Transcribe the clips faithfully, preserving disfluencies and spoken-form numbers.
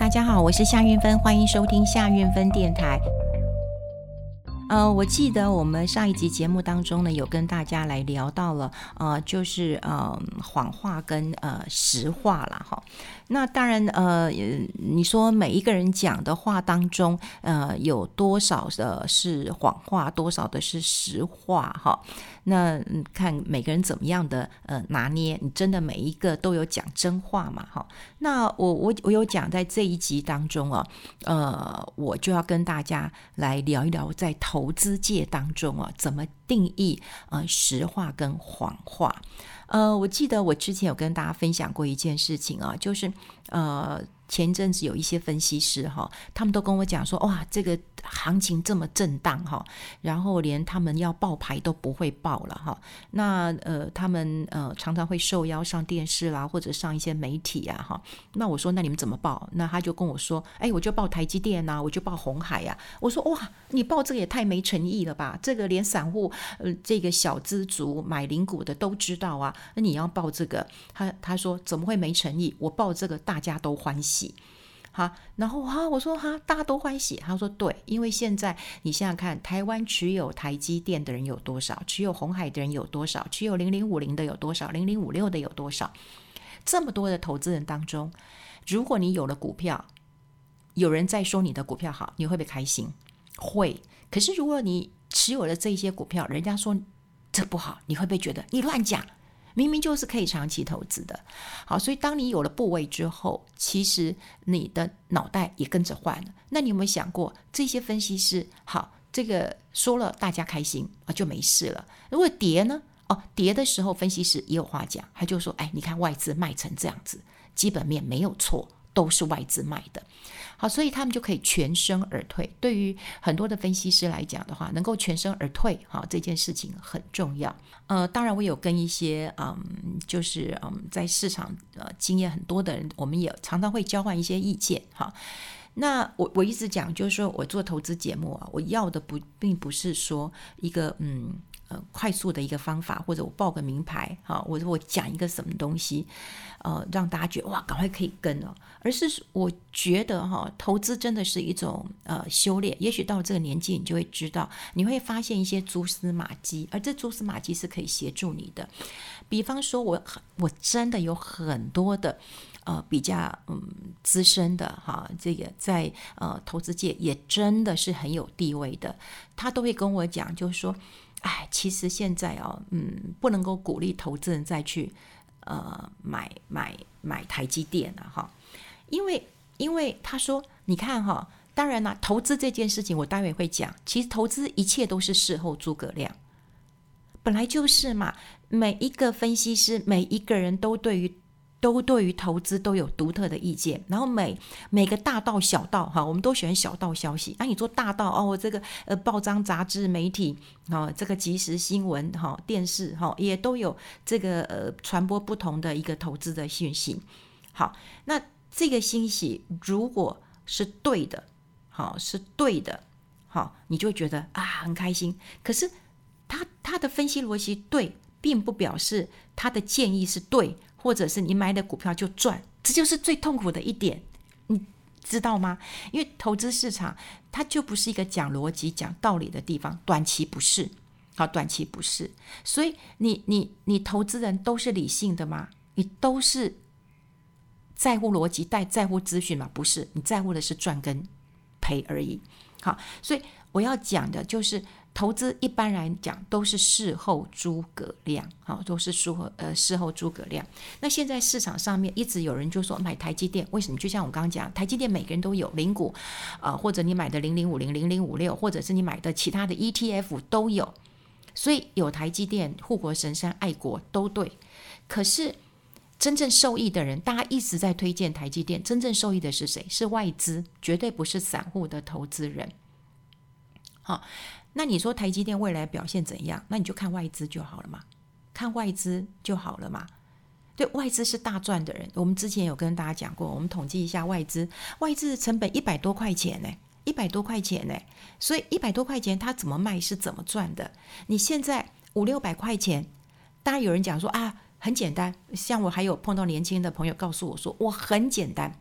大家好，我是夏运芬，欢迎收听夏运芬电台。呃，我记得我们上一集节目当中呢，有跟大家来聊到了，呃，就是呃谎话跟呃实话啦，哈。那当然，呃，你说每一个人讲的话当中，呃，有多少的是谎话，多少的是实话，哈。那看每个人怎么样的呃拿捏，你真的每一个都有讲真话嘛，哈。那我我我有讲在这一集当中啊，呃，我就要跟大家来聊一聊在投资界当中啊，怎么定义呃实话跟谎话。呃，我记得我之前有跟大家分享过一件事情啊，就是呃前一阵子有一些分析师哈，他们都跟我讲说，哇，这个行情这么震荡哈，然后连他们要报牌都不会报了哈。那呃，他们呃常常会受邀上电视啦，或者上一些媒体啊哈。那我说，那你们怎么报？那他就跟我说，哎，我就报台积电啊，我就报鸿海啊。我说，哇，你报这个也太没诚意了吧？这个连散户呃这个小资族买零股的都知道啊，那你要报这个？他他说怎么会没诚意？我报这个大家都欢喜。好，然后哈，我说哈，大家都欢喜。他说对，因为现在你想想看，台湾持有台积电的人有多少？持有鸿海的人有多少？持有零零五零的有多少？零零五六的有多少？这么多的投资人当中，如果你有了股票，有人在说你的股票好，你会不会开心？会。可是如果你持有了这些股票，人家说这不好，你会不会觉得你乱讲？明明就是可以长期投资的。好，所以当你有了部位之后，其实你的脑袋也跟着换了。那你有没有想过，这些分析师好，这个说了大家开心啊，就没事了。如果跌呢？哦，跌的时候分析师也有话讲，他就说，哎，你看外资卖成这样子，基本面没有错，都是外资卖的。好，所以他们就可以全身而退。对于很多的分析师来讲的话，能够全身而退，好，这件事情很重要。呃，当然我有跟一些嗯，就是嗯，在市场呃经验很多的人，我们也常常会交换一些意见哈。那我我一直讲，就是说我做投资节目啊，我要的不并不是说一个嗯呃快速的一个方法，或者我报个名牌哈，或者我讲一个什么东西，呃，让大家觉得哇，赶快可以跟了。而是我觉得哈，投资真的是一种呃修炼。也许到了这个年纪，你就会知道，你会发现一些蛛丝马迹，而这蛛丝马迹是可以协助你的。比方说我我真的有很多的。呃，比较嗯资深的哈，这个在呃投资界也真的是很有地位的，他都会跟我讲，就是说，哎，其实现在哦，嗯，不能够鼓励投资人再去呃买买买台积电了哈，因为因为他说，你看哈，当然啦，投资这件事情我待会会讲，其实投资一切都是事后诸葛亮，本来就是嘛，每一个分析师，每一个人都对于。都对于投资都有独特的意见，然后每每个大道小道哈，我们都喜欢小道消息。那、啊、你做大道哦，这个呃报章杂志媒体哈、哦，这个即时新闻哈、哦，电视哈、哦、也都有这个呃传播不同的一个投资的讯息。好，那这个信息如果是对的，好、哦、是对的，好、哦、你就会觉得啊很开心。可是他他的分析逻辑对，并不表示他的建议是对。或者是你买的股票就赚，这就是最痛苦的一点，你知道吗？因为投资市场它就不是一个讲逻辑、讲道理的地方，短期不是，好，短期不是，所以你你你投资人都是理性的吗？你都是在乎逻辑、带在乎资讯吗？不是，你在乎的是赚跟赔而已。好，所以我要讲的就是。投资一般来讲都是事后诸葛亮，好，都是事后呃事后诸葛亮。那现在市场上面一直有人就说买台积电，为什么？就像我刚刚讲，台积电每个人都有零股，呃，或者你买的零零五零、零零五六，或者是你买的其他的 E T F 都有，所以有台积电、护国神山、爱国都对。可是真正受益的人，大家一直在推荐台积电，真正受益的是谁？是外资，绝对不是散户的投资人。好。那你说台积电未来表现怎样？那你就看外资就好了嘛，看外资就好了嘛。对，外资是大赚的人。我们之前有跟大家讲过，我们统计一下外资，外资的成本一百多块钱呢，一百多块钱呢，所以一百多块钱他怎么卖是怎么赚的？你现在五六百块钱，当然有人讲说啊，很简单。像我还有碰到年轻的朋友告诉我说，我很简单，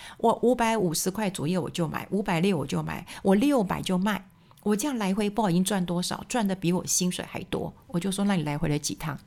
我五百五十块左右我就买，五百六我就买，我六百就卖，我这样来回不知道已经赚多少，赚的比我薪水还多。我就说那你来回了几趟？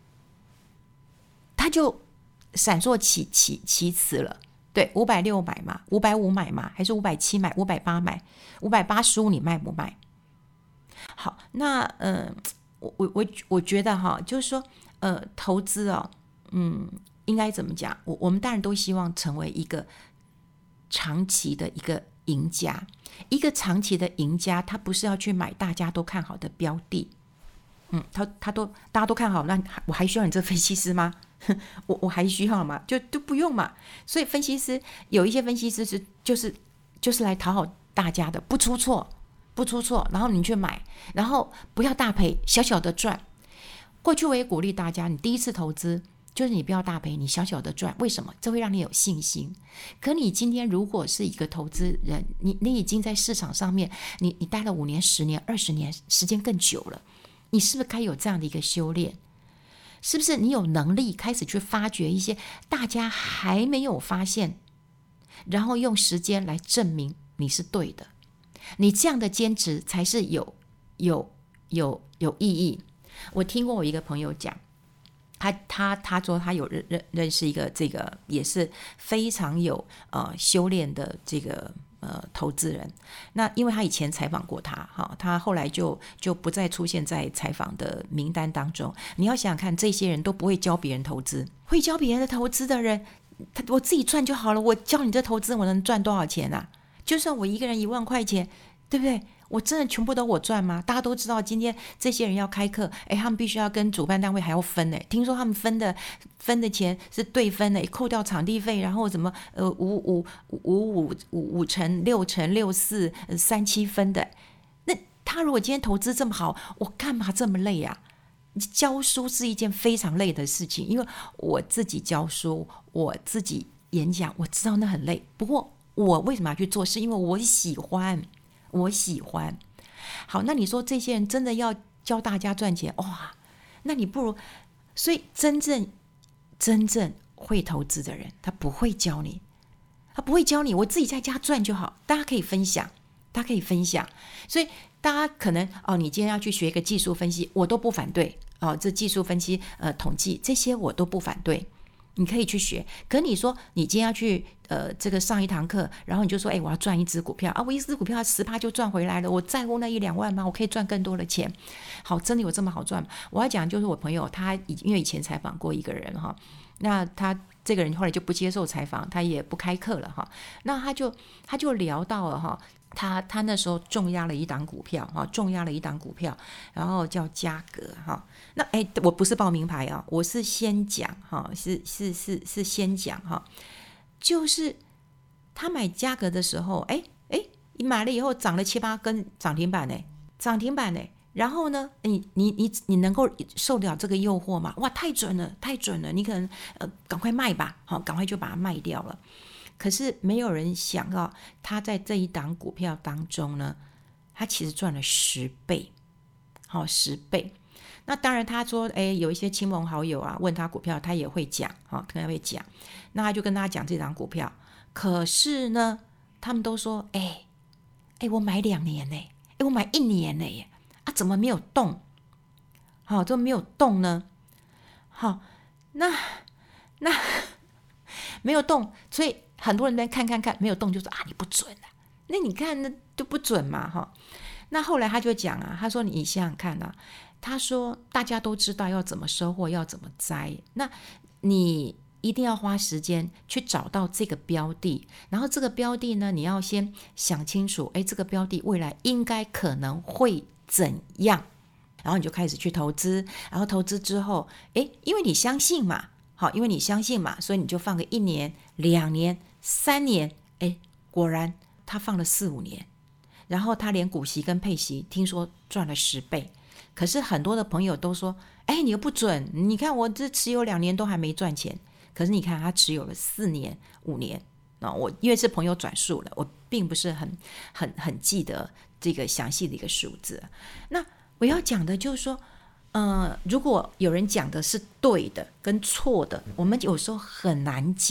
他就闪烁其其其词了。对，五百六买嘛，五百五买嘛，还是五百七买，五百八买，五百八十五你卖不卖？好，那呃，我我我我觉得哈，就是说呃，投资哦，嗯，应该怎么讲？我我们当然都希望成为一个长期的一个赢家，一个长期的赢家，他不是要去买大家都看好的标的，嗯，他他都大家都看好，那我还需要你这分析师吗？我我还需要吗？就都不用嘛。所以分析师有一些分析师是就是就是来讨好大家的，不出错不出错，然后你去买，然后不要大赔，小小的赚。过去我也鼓励大家，你第一次投资就是你不要大赔，你小小的赚。为什么？这会让你有信心。可你今天如果是一个投资人，你你已经在市场上面，你你待了五年、十年、二十年，时间更久了，你是不是该有这样的一个修炼？是不是你有能力开始去发掘一些大家还没有发现，然后用时间来证明你是对的？你这样的坚持才是有有有有意义。我听过我一个朋友讲，他他他说他有认认认识一个这个也是非常有呃修炼的这个呃投资人。那因为他以前采访过他，哈，他后来就就不再出现在采访的名单当中。你要想想看，这些人都不会教别人投资，会教别人的投资的人，他我自己赚就好了。我教你这投资，我能赚多少钱啊？就算我一个人一万块钱，对不对？我真的全部都我赚吗？大家都知道，今天这些人要开课，哎，他们必须要跟主办单位还要分呢。听说他们分的分的钱是对分的，扣掉场地费，然后什么呃五五五五五五成、六成、六四、三七分的。那他如果今天投资这么好，我干嘛这么累啊？教书是一件非常累的事情，因为我自己教书，我自己演讲，我知道那很累。不过我为什么要去做？是因为我喜欢。我喜欢。好，那你说这些人真的要教大家赚钱，哇，那你不如，所以真正真正会投资的人，他不会教你，他不会教你，我自己在家赚就好。大家可以分享，大家可以分享。所以大家可能哦，你今天要去学一个技术分析，我都不反对哦，这技术分析呃统计这些我都不反对。你可以去学，可你说你今天要去呃这个上一堂课，然后你就说，哎，我要赚一只股票啊，我一只股票十趴就赚回来了，我在乎那一两万吗？我可以赚更多的钱。好，真的有这么好赚吗？我要讲就是我朋友他因为以前采访过一个人哈，那他这个人后来就不接受采访，他也不开课了哈，那他就他就聊到了哈。他他那时候重压了一档股票哈，重压了一档股票，然后叫嘉格哈。那哎，我不是报名牌啊，我是先讲哈，是是是是先讲哈，就是他买嘉格的时候，哎哎，你买了以后涨了七八根涨停板呢，涨停板呢，然后呢，你你你你能够受得了这个诱惑吗？哇，太准了，太准了，你可能呃赶快卖吧，好，赶快就把它卖掉了。可是没有人想到，他在这一档股票当中呢，他其实赚了十倍，好、哦，十倍。那当然，他说，哎，有一些亲朋好友啊，问他股票，他也会讲，好、哦，他也会讲。那他就跟他讲这档股票。可是呢，他们都说，哎，哎，我买两年呢，哎，我买一年呢，耶，啊，怎么没有动？好、哦，怎么没有动呢？好、哦，那那没有动，所以。很多人在看看看没有动就说啊你不准啊，那你看那就不准嘛哈。那后来他就讲啊，他说你想想看啊，他说大家都知道要怎么收获，要怎么摘，那你一定要花时间去找到这个标的，然后这个标的呢，你要先想清楚，哎，这个标的未来应该可能会怎样，然后你就开始去投资，然后投资之后，哎，因为你相信嘛。好，因为你相信嘛，所以你就放个一年、两年、三年，哎，果然他放了四五年，然后他连股息跟配息听说赚了十倍。可是很多的朋友都说，哎，你又不准，你看我这持有两年都还没赚钱，可是你看他持有了四年、五年，那我因为是朋友转述了，我并不是很很很记得这个详细的一个数字。那我要讲的就是说。呃，如果有人讲的是对的跟错的，我们有时候很难讲，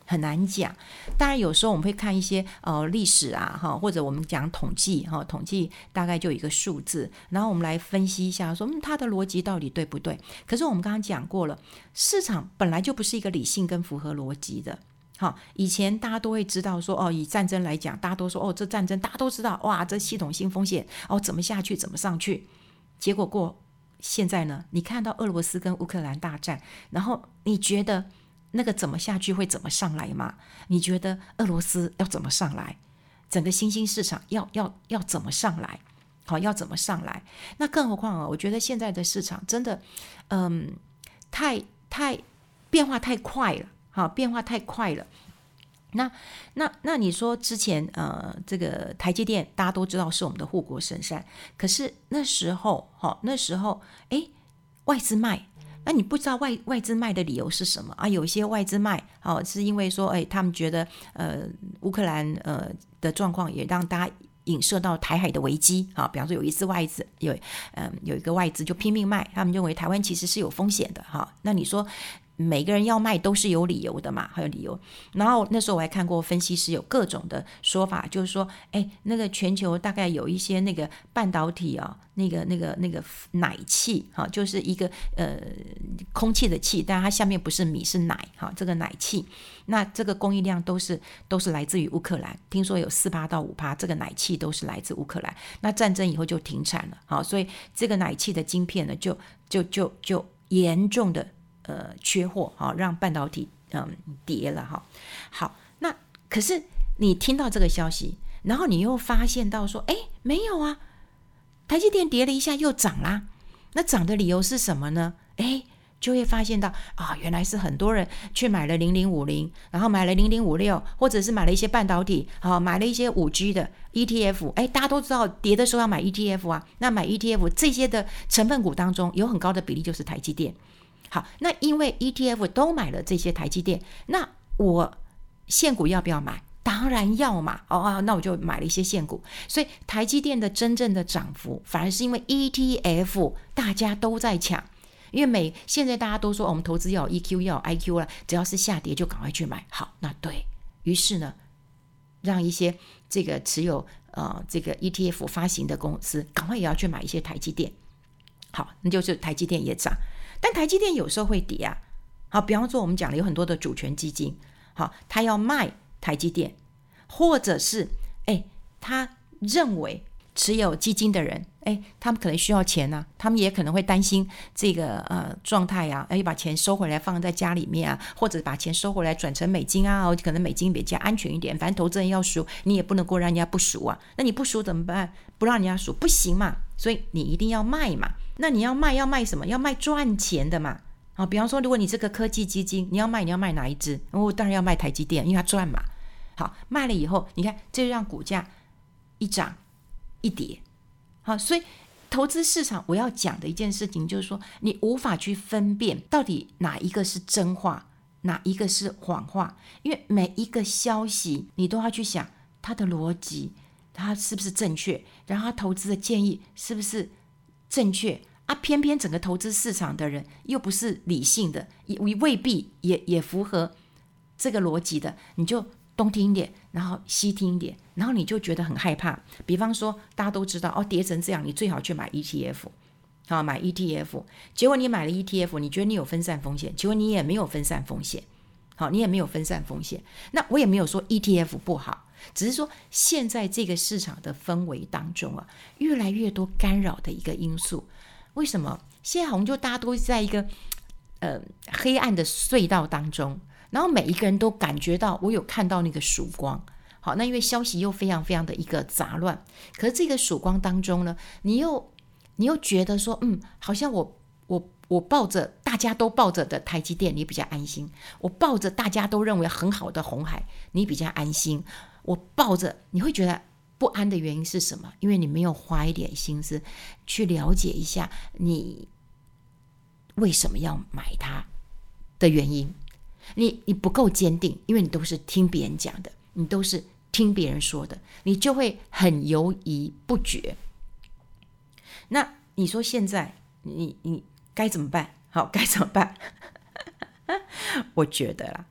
很难讲。当然有时候我们会看一些呃历史啊，或者我们讲统计，统计大概就有一个数字，然后我们来分析一下说嗯，它的逻辑到底对不对。可是我们刚刚讲过了，市场本来就不是一个理性跟符合逻辑的。好，以前大家都会知道说哦，以战争来讲，大家都说哦，这战争大家都知道，哇，这系统性风险哦，怎么下去怎么上去。结果过现在呢，你看到俄罗斯跟乌克兰大战，然后你觉得那个怎么下去会怎么上来吗？你觉得俄罗斯要怎么上来？整个新兴市场要要要怎么上来？好，要怎么上来？那更何况啊，我觉得现在的市场真的，嗯，太太变化太快了。好，变化太快了。那那那你说之前呃，这个台积电大家都知道是我们的护国神山，可是那时候哈，那时候哎，外资卖，那你不知道外外资卖的理由是什么啊？有一些外资卖哦，是因为说哎，他们觉得呃乌克兰呃的状况也让大家影射到台海的危机啊，比方说有一次外资有嗯有一个外资就拼命卖，他们认为台湾其实是有风险的哈。那你说？每个人要卖都是有理由的嘛，还有理由。然后那时候我还看过分析师有各种的说法，就是说，哎，那个全球大概有一些那个半导体啊，那个那个那个奶气哈，就是一个呃空气的气，但它下面不是米是奶哈，这个奶气，那这个供应量都是都是来自于乌克兰，听说有四趴到五趴，这个奶气都是来自乌克兰。那战争以后就停产了，好，所以这个奶气的晶片呢，就就就就严重的。呃，缺货哈，让半导体嗯跌了哈。好，那可是你听到这个消息，然后你又发现到说，哎，没有啊，台积电跌了一下又涨啦。那涨的理由是什么呢？哎，就会发现到啊，原来是很多人去买了零零五零，然后买了零零五六，或者是买了一些半导体，啊，买了一些 五 G 的 E T F。哎，大家都知道跌的时候要买 E T F 啊，那买 E T F 这些的成分股当中，有很高的比例就是台积电。好，那因为 E T F 都买了这些台积电，那我现股要不要买？当然要嘛。哦，那我就买了一些现股。所以台积电的真正的涨幅，反而是因为 E T F 大家都在抢，因为每现在大家都说、哦、我们投资要有 E Q 要有 I Q 了，只要是下跌就赶快去买。好，那对于是呢，让一些这个持有呃这个 E T F 发行的公司，赶快也要去买一些台积电。好，那就是台积电也涨。但台积电有时候会跌啊，好，比方说我们讲了有很多的主权基金，好，他要卖台积电，或者是哎，他认为持有基金的人，哎，他们可能需要钱啊，他们也可能会担心这个呃状态啊，哎，把钱收回来放在家里面啊，或者把钱收回来转成美金啊，可能美金比较安全一点，反正投资人要赎，你也不能够让人家不赎啊，那你不赎怎么办？不让人家赎不行嘛，所以你一定要卖嘛。那你要卖要卖什么？要卖赚钱的嘛。好，比方说如果你这个科技基金你要卖，你要卖哪一支？我、哦、当然要卖台积电，因为它赚嘛。好，卖了以后你看这就让股价一涨一跌。好，所以投资市场我要讲的一件事情就是说，你无法去分辨到底哪一个是真话，哪一个是谎话，因为每一个消息你都要去想它的逻辑，它是不是正确，然后它投资的建议是不是正确啊？偏偏整个投资市场的人又不是理性的，也未必 也, 也符合这个逻辑的，你就东听一点，然后西听一点，然后你就觉得很害怕。比方说大家都知道哦，跌成这样，你最好去买 E T F。 好，买 E T F， 结果你买了 E T F， 你觉得你有分散风险，结果你也没有分散风险。好，你也没有分散风险。那我也没有说 E T F 不好，只是说现在这个市场的氛围当中啊，越来越多干扰的一个因素。为什么？现在好像就大家都在一个呃黑暗的隧道当中，然后每一个人都感觉到我有看到那个曙光。好，那因为消息又非常非常的一个杂乱，可是这个曙光当中呢，你又你又觉得说，嗯，好像我我我抱着大家都抱着的台积电，你比较安心；我抱着大家都认为很好的鸿海，你比较安心；我抱着，你会觉得不安的原因是什么？因为你没有花一点心思去了解一下你为什么要买它的原因。你你不够坚定，因为你都是听别人讲的，你都是听别人说的，你就会很犹疑不决。那你说现在你你该怎么办？好，该怎么办？我觉得啦，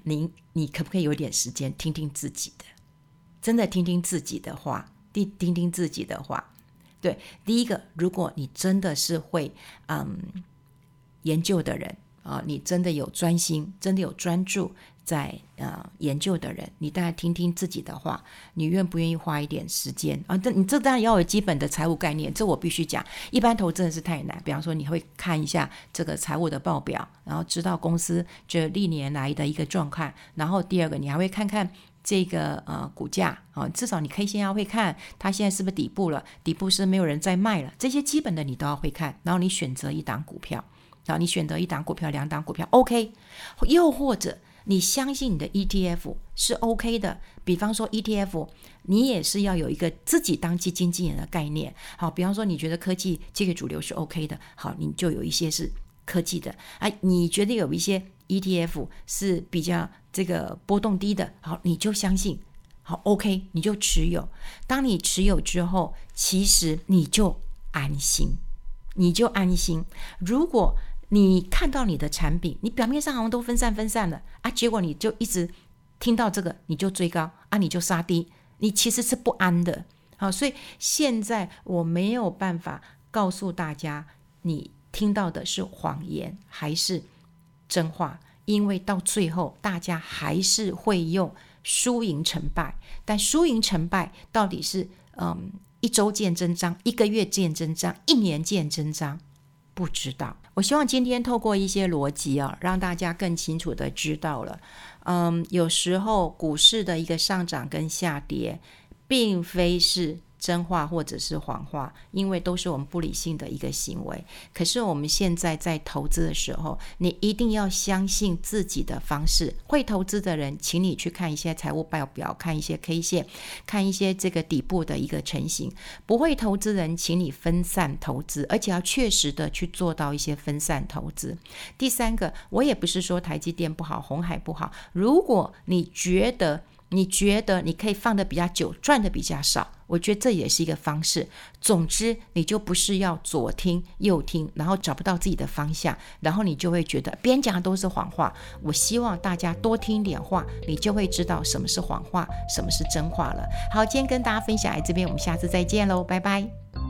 你你可不可以有点时间听听自己的，真的听听自己的话，听听听自己的话。对，第一个，如果你真的是会嗯研究的人啊，你真的有专心，真的有专注在呃研究的人，你当然听听自己的话，你愿不愿意花一点时间啊？这你这当然要有基本的财务概念，这我必须讲。一般投真的是太难，比方说你会看一下这个财务的报表，然后知道公司这历年来的一个状况，然后第二个你还会看看这个呃股价啊，至少你 K 线要会看，它现在是不是底部了？底部是没有人在卖了，这些基本的你都要会看，然后你选择一档股票。然后你选择一档股票两档股票 OK， 又或者你相信你的 E T F 是 OK 的，比方说 E T F 你也是要有一个自己当基金经理人的概念。好，比方说你觉得科技这个主流是 OK 的，好，你就有一些是科技的啊，你觉得有一些 E T F 是比较这个波动低的，好，你就相信，好 OK， 你就持有。当你持有之后，其实你就安心，你就安心。如果你看到你的产品，你表面上好像都分散分散了啊，结果你就一直听到这个你就追高啊，你就杀低，你其实是不安的。好，所以现在我没有办法告诉大家你听到的是谎言还是真话，因为到最后大家还是会用输赢成败，但输赢成败到底是嗯一周见真章，一个月见真章，一年见真章，不知道。我希望今天透过一些逻辑啊，让大家更清楚的知道了，嗯，有时候股市的一个上涨跟下跌，并非是真话或者是谎话，因为都是我们不理性的一个行为。可是我们现在在投资的时候，你一定要相信自己的方式。会投资的人，请你去看一些财务报表，看一些 K 线，看一些这个底部的一个成型。不会投资人，请你分散投资，而且要确实的去做到一些分散投资。第三个，我也不是说台积电不好，鸿海不好，如果你觉得你觉得你可以放得比较久，赚得比较少，我觉得这也是一个方式。总之你就不是要左听右听，然后找不到自己的方向，然后你就会觉得别人讲的都是谎话。我希望大家多听点话，你就会知道什么是谎话，什么是真话了。好，今天跟大家分享在这边，我们下次再见喽，拜拜。